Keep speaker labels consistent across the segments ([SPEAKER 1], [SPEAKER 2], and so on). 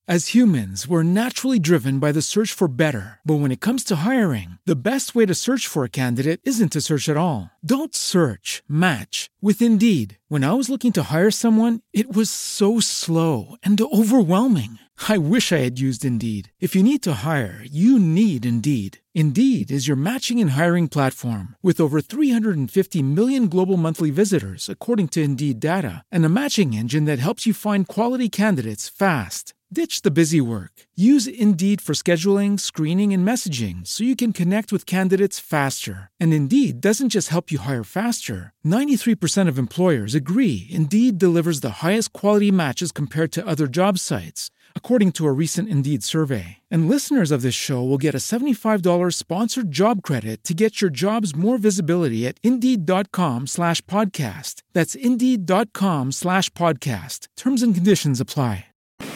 [SPEAKER 1] As humans, we're naturally driven by the search for better. But when it comes to hiring, the best way to search for a candidate isn't to search at all. Don't search, match with Indeed. When I was looking to hire someone, it was so slow and overwhelming. I wish I had used Indeed. If you need to hire, you need Indeed. Indeed is your matching and hiring platform with over 350 million global monthly visitors, according to Indeed data, and a matching engine that helps you find quality candidates fast. Ditch the busy work. Use Indeed for scheduling, screening, and messaging so you can connect with candidates faster. And Indeed doesn't just help you hire faster. 93% of employers agree Indeed delivers the highest quality matches compared to other job sites, according to a recent Indeed survey. And listeners of this show will get a $75 sponsored job credit to get your jobs more visibility at Indeed.com/podcast. That's Indeed.com/podcast. Terms and conditions apply.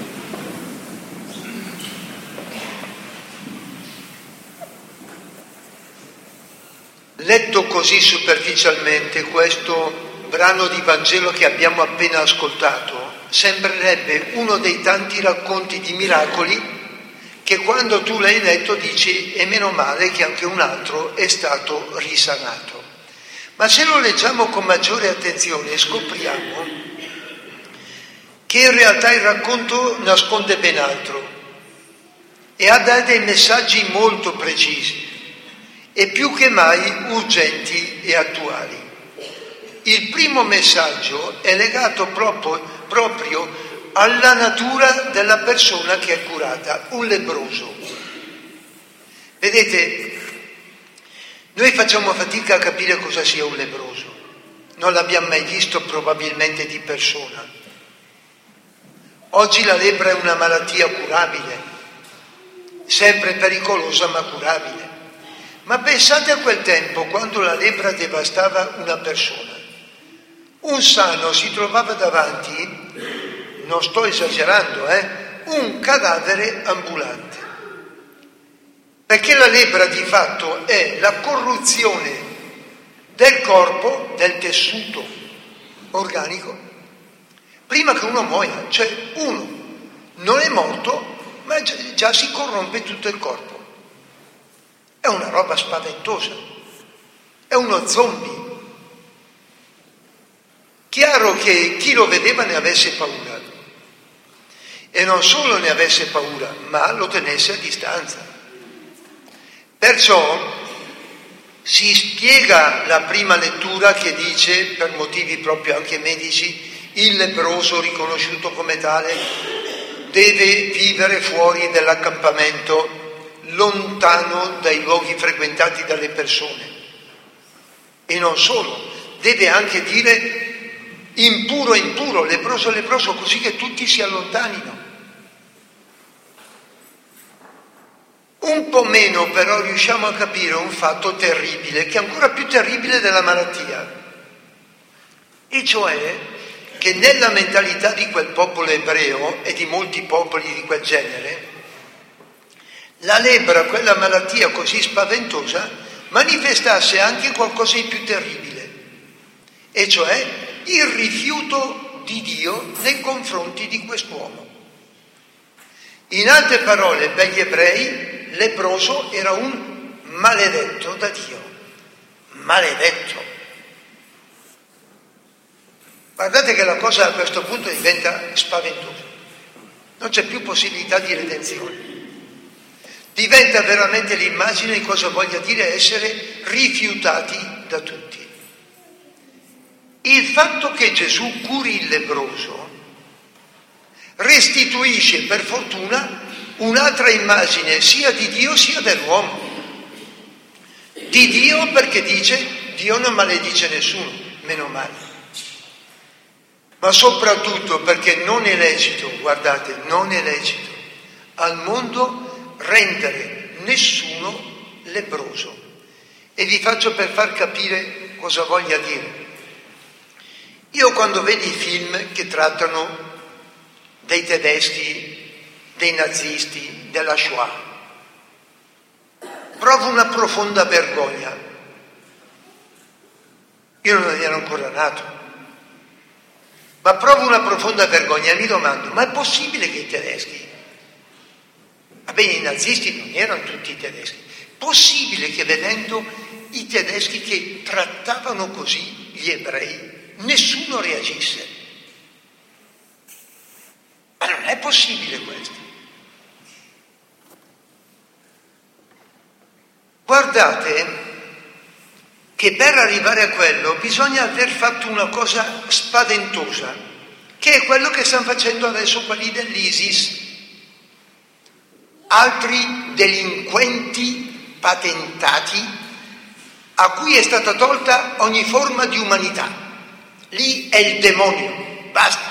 [SPEAKER 2] Letto così superficialmente questo brano di Vangelo che abbiamo appena ascoltato, sembrerebbe uno dei tanti racconti di miracoli che quando tu l'hai letto dici e meno male che anche un altro è stato risanato. Ma se lo leggiamo con maggiore attenzione scopriamo che in realtà il racconto nasconde ben altro e ha dei messaggi molto precisi e più che mai urgenti e attuali. Il primo messaggio è legato proprio alla natura della persona che è curata, un lebbroso. Vedete, noi facciamo fatica a capire cosa sia un lebbroso, non l'abbiamo mai visto probabilmente di persona. Oggi la lebbra è una malattia curabile, sempre pericolosa ma curabile. Ma pensate a quel tempo, quando la lebbra devastava una persona. Un sano si trovava davanti, non sto esagerando, un cadavere ambulante. Perché la lebbra di fatto è la corruzione del corpo, del tessuto organico, prima che uno muoia. Cioè uno non è morto, ma già si corrompe tutto il corpo. È una roba spaventosa, è uno zombie. Chiaro che chi lo vedeva ne avesse paura, e non solo ne avesse paura, ma lo tenesse a distanza. Perciò si spiega la prima lettura che dice, per motivi proprio anche medici, il lebbroso riconosciuto come tale deve vivere fuori dall'accampamento, lontano dai luoghi frequentati dalle persone. E non solo, deve anche dire impuro, impuro, leproso, leproso, così che tutti si allontanino. Un po' meno però riusciamo a capire un fatto terribile, che è ancora più terribile della malattia, e cioè che nella mentalità di quel popolo ebreo e di molti popoli di quel genere, la lebbra, quella malattia così spaventosa, manifestasse anche qualcosa di più terribile, e cioè il rifiuto di Dio nei confronti di quest'uomo. In altre parole, per gli ebrei, leproso era un maledetto da Dio. Maledetto. Guardate che la cosa a questo punto diventa spaventosa. Non c'è più possibilità di redenzione. Diventa veramente l'immagine di cosa voglia dire essere rifiutati da tutti. Il fatto che Gesù curi il lebbroso restituisce per fortuna un'altra immagine sia di Dio sia dell'uomo. Di Dio perché dice Dio non maledice nessuno, meno male. Ma soprattutto perché non è lecito, guardate, non è lecito al mondo rendere nessuno lebbroso. E vi faccio per far capire cosa voglia dire. Io quando vedo i film che trattano dei tedeschi, dei nazisti, della Shoah, provo una profonda vergogna. Io non ero ancora nato, ma provo una profonda vergogna e mi domando, ma è possibile che i tedeschi bene, i nazisti non erano tutti tedeschi. Possibile che vedendo i tedeschi che trattavano così gli ebrei, nessuno reagisse? Ma non è possibile questo. Guardate che per arrivare a quello bisogna aver fatto una cosa spaventosa, che è quello che stanno facendo adesso quelli dell'ISIS, altri delinquenti patentati a cui è stata tolta ogni forma di umanità. Lì è il demonio, basta.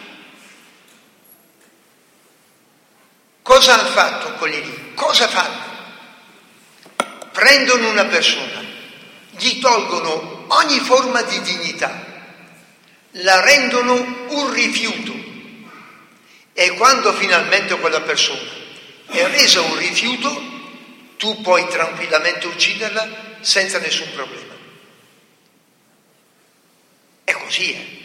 [SPEAKER 2] Cosa hanno fatto quelli lì? Cosa fanno? Prendono una persona, gli tolgono ogni forma di dignità, la rendono un rifiuto, e quando finalmente quella persona è resa un rifiuto, tu puoi tranquillamente ucciderla senza nessun problema. È così,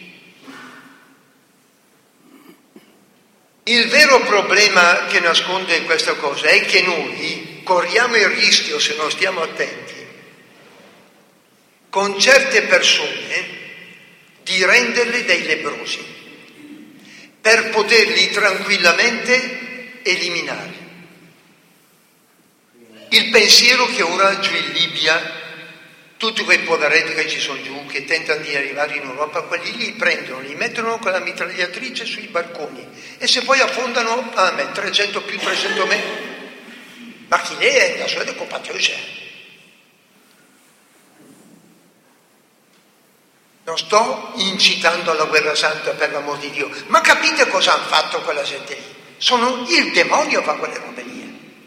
[SPEAKER 2] Il vero problema che nasconde questa cosa è che noi corriamo il rischio, se non stiamo attenti, con certe persone di renderle dei lebbrosi per poterli tranquillamente eliminare. Il pensiero che ora giù in Libia, tutti quei poveretti che ci sono giù, che tentano di arrivare in Europa, quelli li prendono, li mettono con la mitragliatrice sui barconi e se poi affondano a 300 più 300 metri. Ma chi è la sua compatriota? Non sto incitando alla guerra santa, per l'amor di Dio, ma capite cosa hanno fatto quella gente lì? Sono il demonio fa quelle robe lì.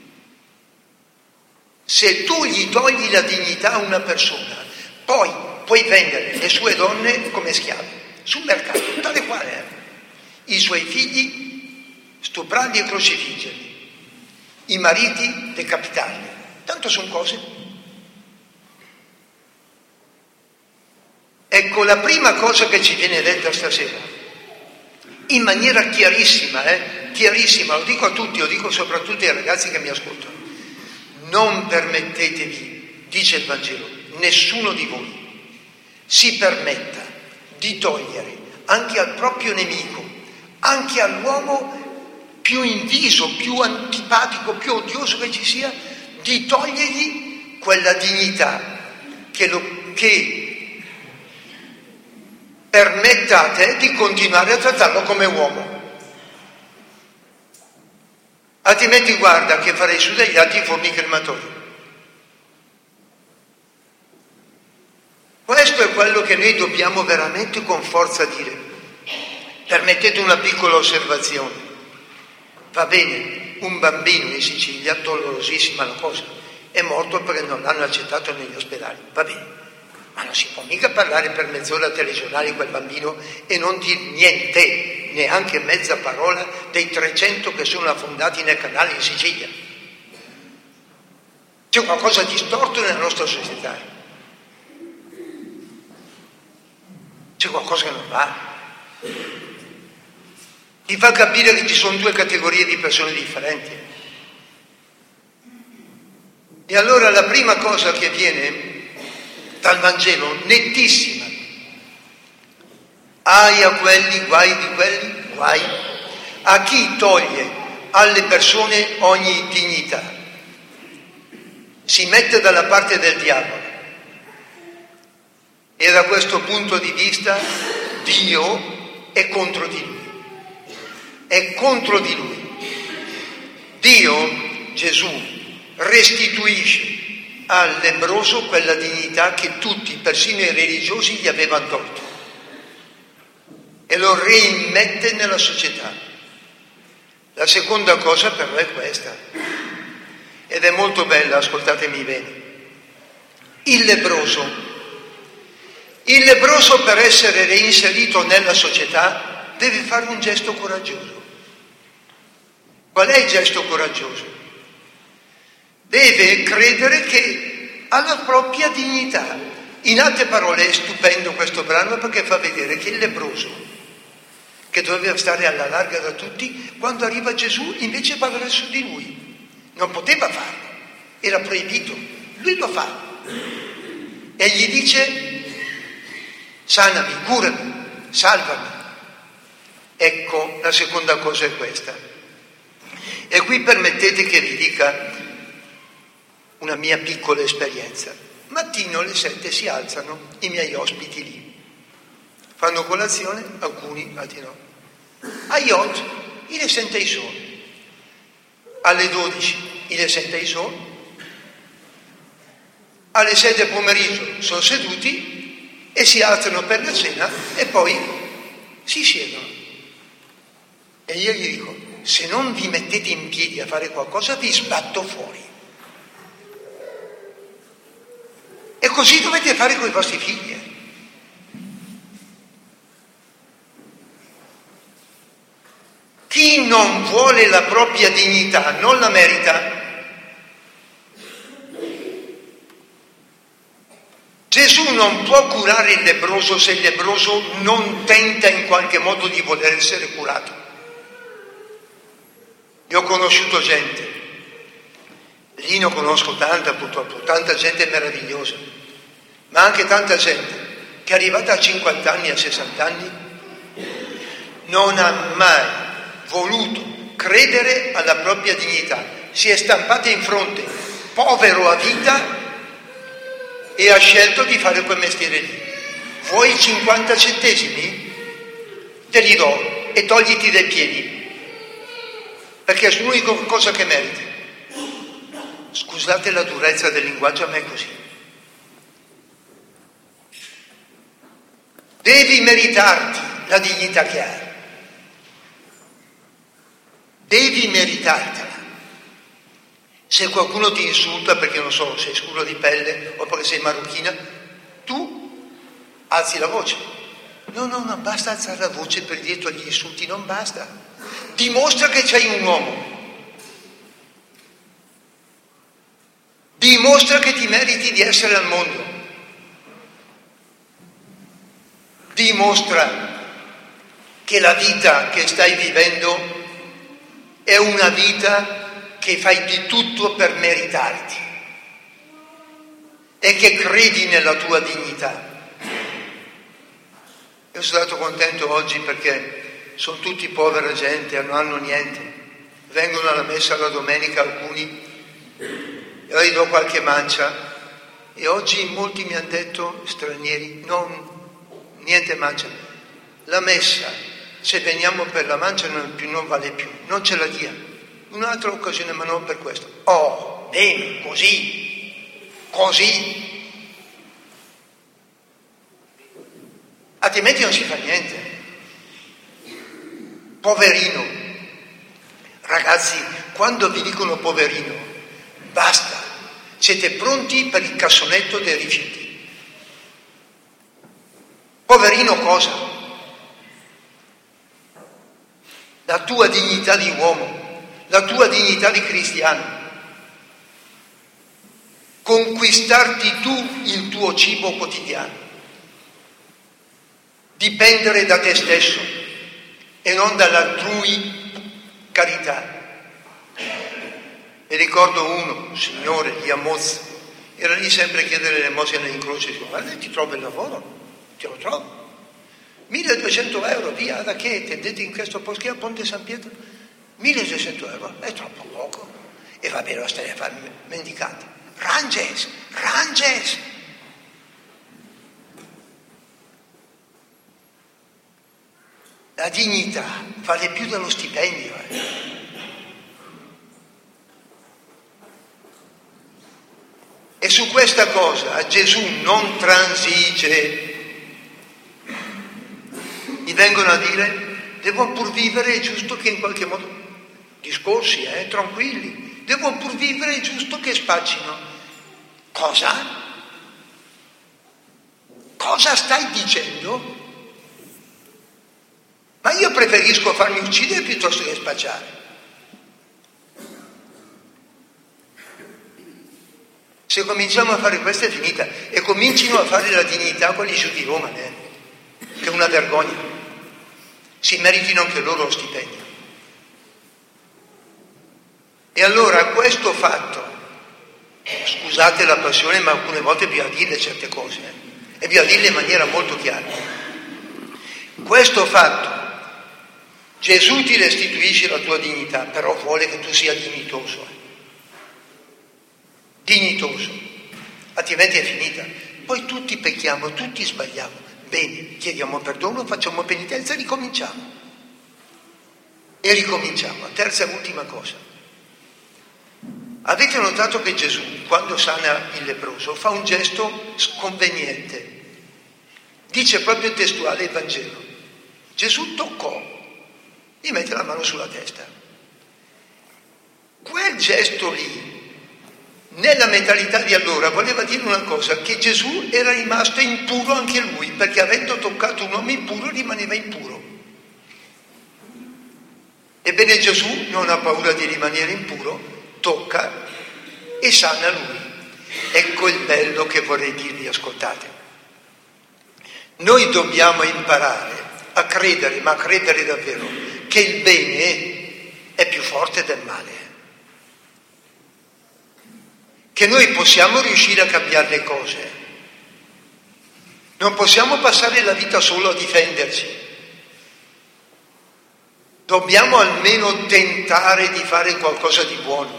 [SPEAKER 2] Se tu gli togli la dignità a una persona, poi puoi vendere le sue donne come schiave sul mercato, tale quale i suoi figli stuprarli e crocifiggerli, i mariti decapitarli, tanto sono cose. Ecco, la prima cosa che ci viene detta stasera, in maniera chiarissima, chiarissima, lo dico a tutti, lo dico soprattutto ai ragazzi che mi ascoltano: non permettetevi, dice il Vangelo, nessuno di voi si permetta di togliere anche al proprio nemico, anche all'uomo più inviso, più antipatico, più odioso che ci sia, di togliergli quella dignità che permetta a te di continuare a trattarlo come uomo. Altrimenti guarda che farei su degli altri forni crematori. Questo è quello che noi dobbiamo veramente con forza dire. Permettete una piccola osservazione. Va bene, un bambino in Sicilia, dolorosissima la cosa, è morto perché non l'hanno accettato negli ospedali, va bene. Ma non si può mica parlare per mezz'ora al telegiornale di quel bambino e non dir niente, neanche mezza parola, dei 300 che sono affondati nel canale in Sicilia. C'è qualcosa di storto nella nostra società. C'è qualcosa che non va. Ti fa capire che ci sono due categorie di persone differenti. E allora la prima cosa che viene dal Vangelo, nettissima: ai a quelli, guai di quelli, guai a chi toglie alle persone ogni dignità, si mette dalla parte del diavolo. E da questo punto di vista Dio è contro di lui, è contro di lui. Dio, Gesù, restituisce al lebbroso quella dignità che tutti, persino i religiosi, gli avevano tolto, e lo reimmette nella società. La seconda cosa però è questa, ed è molto bella, ascoltatemi bene. Il lebbroso per essere reinserito nella società deve fare un gesto coraggioso. Qual è il gesto coraggioso? Deve credere che ha la propria dignità. In altre parole, è stupendo questo brano perché fa vedere che il lebbroso, che doveva stare alla larga da tutti, quando arriva Gesù invece va verso di lui, non poteva farlo, era proibito, lui lo fa. E gli dice: sanami, curami, salvami. Ecco, la seconda cosa è questa. E qui permettete che vi dica una mia piccola esperienza. Mattino alle 7 si alzano i miei ospiti lì. Fanno colazione, alcuni, altri no. Alle 8 il sente i sole. Alle 12 il sente i sole. Alle 7 pomeriggio sono seduti e si alzano per la cena e poi si siedono. E io gli dico: se non vi mettete in piedi a fare qualcosa vi sbatto fuori. E così dovete fare con i vostri figli. Chi non vuole la propria dignità non la merita. Gesù non può curare il lebbroso se il lebbroso non tenta in qualche modo di voler essere curato. Io ho conosciuto gente, lì ne conosco tanta purtroppo, tanta gente meravigliosa, ma anche tanta gente che è arrivata a 50 anni, a 60 anni, non ha mai voluto credere alla propria dignità, si è stampata in fronte, povero a vita, e ha scelto di fare quel mestiere lì. Vuoi 50 centesimi? Te li do e togliti dai piedi, perché è l'unica cosa che meriti. Scusate la durezza del linguaggio, a me è così. Devi meritarti la dignità che hai. Devi meritartela. Se qualcuno ti insulta perché, non so, sei scuro di pelle o perché sei marocchina, tu alzi la voce. No, basta alzare la voce per dietro agli insulti, non basta. Dimostra che sei un uomo. Dimostra che ti meriti di essere al mondo. Dimostra che la vita che stai vivendo è una vita che fai di tutto per meritarti e che credi nella tua dignità. Io sono stato contento oggi perché sono tutti povera gente, non hanno niente, vengono alla messa la domenica alcuni, io gli do qualche mancia e oggi molti mi hanno detto, stranieri, niente mancia, la messa, se veniamo per la mancia non vale più, non ce la dia. Un'altra occasione, ma non per questo. Oh, bene, così. Altrimenti non si fa niente. Poverino. Ragazzi, quando vi dicono poverino, basta. Siete pronti per il cassonetto dei rifiuti. Poverino cosa? La tua dignità di uomo. La tua dignità di cristiano, conquistarti tu il tuo cibo quotidiano, dipendere da te stesso e non dall'altrui carità. E ricordo uno, signore, di Amozza, era lì sempre a chiedere l'elemosina in croce, dice: guarda, ti trovo il lavoro, te lo trovo, 1.200 euro, via, da che tendete in questo posto, a Ponte San Pietro. 1.200 euro è troppo poco e va bene, lo stai a fare mendicante. Ranges. La dignità vale più dello stipendio. E su questa cosa Gesù non transige. Gli vengono a dire: devono pur vivere, è giusto che in qualche modo, discorsi, tranquilli, devono pur vivere, è giusto che spaccino. Cosa? Cosa stai dicendo? Ma io preferisco farmi uccidere piuttosto che spacciare. Se cominciamo a fare questo è finita, e comincino a fare la dignità quelli giù di Roma, che è una vergogna. Si meritino anche loro lo stipendio. E allora questo fatto, scusate la passione, ma alcune volte bisogna dirle certe cose, e bisogna dirle in maniera molto chiara. Questo fatto, Gesù ti restituisce la tua dignità, però vuole che tu sia dignitoso. Dignitoso, altrimenti è finita. Poi tutti pecchiamo, tutti sbagliamo. Bene, chiediamo perdono, facciamo penitenza e ricominciamo. E ricominciamo. Terza e ultima cosa. Avete notato che Gesù, quando sana il leproso, fa un gesto sconveniente. Dice proprio testuale il Vangelo. Gesù toccò, gli mette la mano sulla testa. Quel gesto lì, nella mentalità di allora, voleva dire una cosa, che Gesù era rimasto impuro anche lui, perché avendo toccato un uomo impuro rimaneva impuro. Ebbene Gesù non ha paura di rimanere impuro, tocca e sana lui. Ecco il bello che vorrei dirvi, ascoltate. Noi dobbiamo imparare a credere, ma a credere davvero, che il bene è più forte del male. Che noi possiamo riuscire a cambiare le cose. Non possiamo passare la vita solo a difenderci. Dobbiamo almeno tentare di fare qualcosa di buono.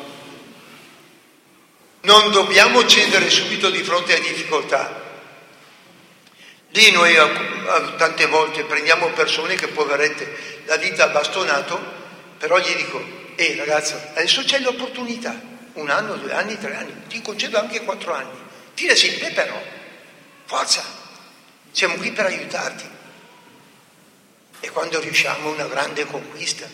[SPEAKER 2] Non dobbiamo cedere subito di fronte alle difficoltà. Lì noi tante volte prendiamo persone che, poverette, la vita ha bastonato, però gli dico, ragazzo, adesso c'è l'opportunità, 1 anno, 2 anni, 3 anni, ti concedo anche 4 anni, tira sempre però, forza, siamo qui per aiutarti. E quando riusciamo una grande conquista.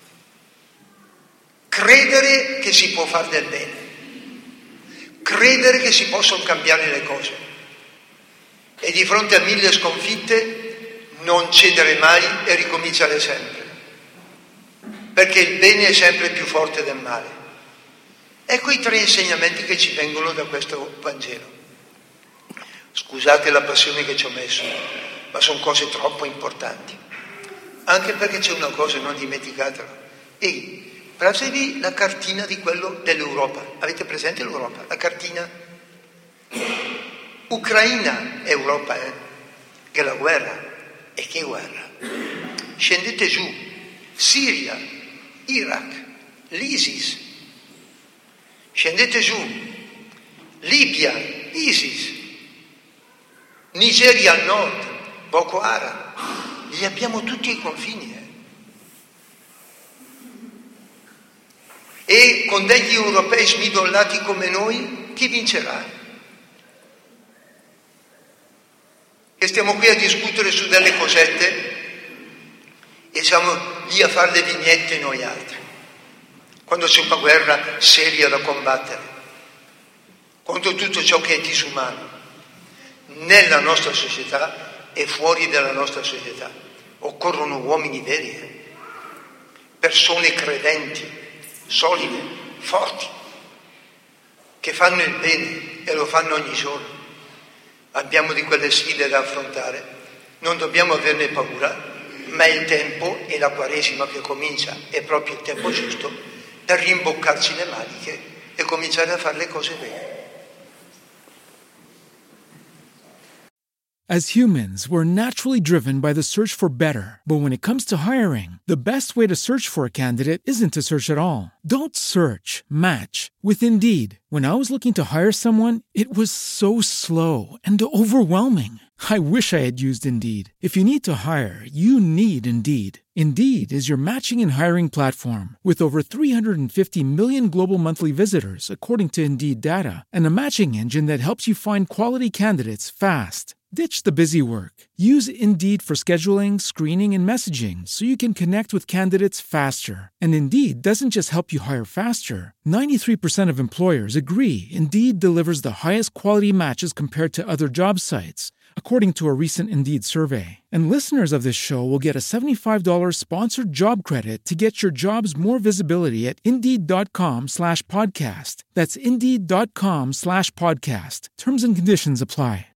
[SPEAKER 2] Credere che si può fare del bene, credere che si possono cambiare le cose. E di fronte a 1000 sconfitte non cedere mai e ricominciare sempre, perché il bene è sempre più forte del male. Ecco i 3 insegnamenti che ci vengono da questo Vangelo. Scusate la passione che ci ho messo, ma sono cose troppo importanti, anche perché c'è una cosa, non dimenticatela. Prendetevi la cartina di quello dell'Europa. Avete presente l'Europa? La cartina? Ucraina, Europa, che è la guerra. E che guerra? Scendete giù. Siria, Iraq, l'ISIS. Scendete giù. Libia, ISIS. Nigeria al nord, Boko Haram. Li abbiamo tutti ai confini. E con degli europei smidollati come noi, chi vincerà? Che stiamo qui a discutere su delle cosette e siamo lì a fare le vignette noi altri, quando c'è una guerra seria da combattere contro tutto ciò che è disumano nella nostra società e fuori dalla nostra società. Occorrono uomini veri, persone credenti, solide, forti, che fanno il bene e lo fanno ogni giorno. Abbiamo di quelle sfide da affrontare, non dobbiamo averne paura, ma è il tempo, e la Quaresima che comincia è proprio il tempo giusto per rimboccarci le maniche e cominciare a fare le cose bene.
[SPEAKER 1] As humans, we're naturally driven by the search for better. But when it comes to hiring, the best way to search for a candidate isn't to search at all. Don't search, match with Indeed. When I was looking to hire someone, it was so slow and overwhelming. I wish I had used Indeed. If you need to hire, you need Indeed. Indeed is your matching and hiring platform with over 350 million global monthly visitors, according to Indeed data, and a matching engine that helps you find quality candidates fast. Ditch the busy work. Use Indeed for scheduling, screening, and messaging so you can connect with candidates faster. And Indeed doesn't just help you hire faster. 93% of employers agree Indeed delivers the highest quality matches compared to other job sites, according to a recent Indeed survey. And listeners of this show will get a $75 sponsored job credit to get your jobs more visibility at Indeed.com/podcast. That's Indeed.com/podcast. Terms and conditions apply.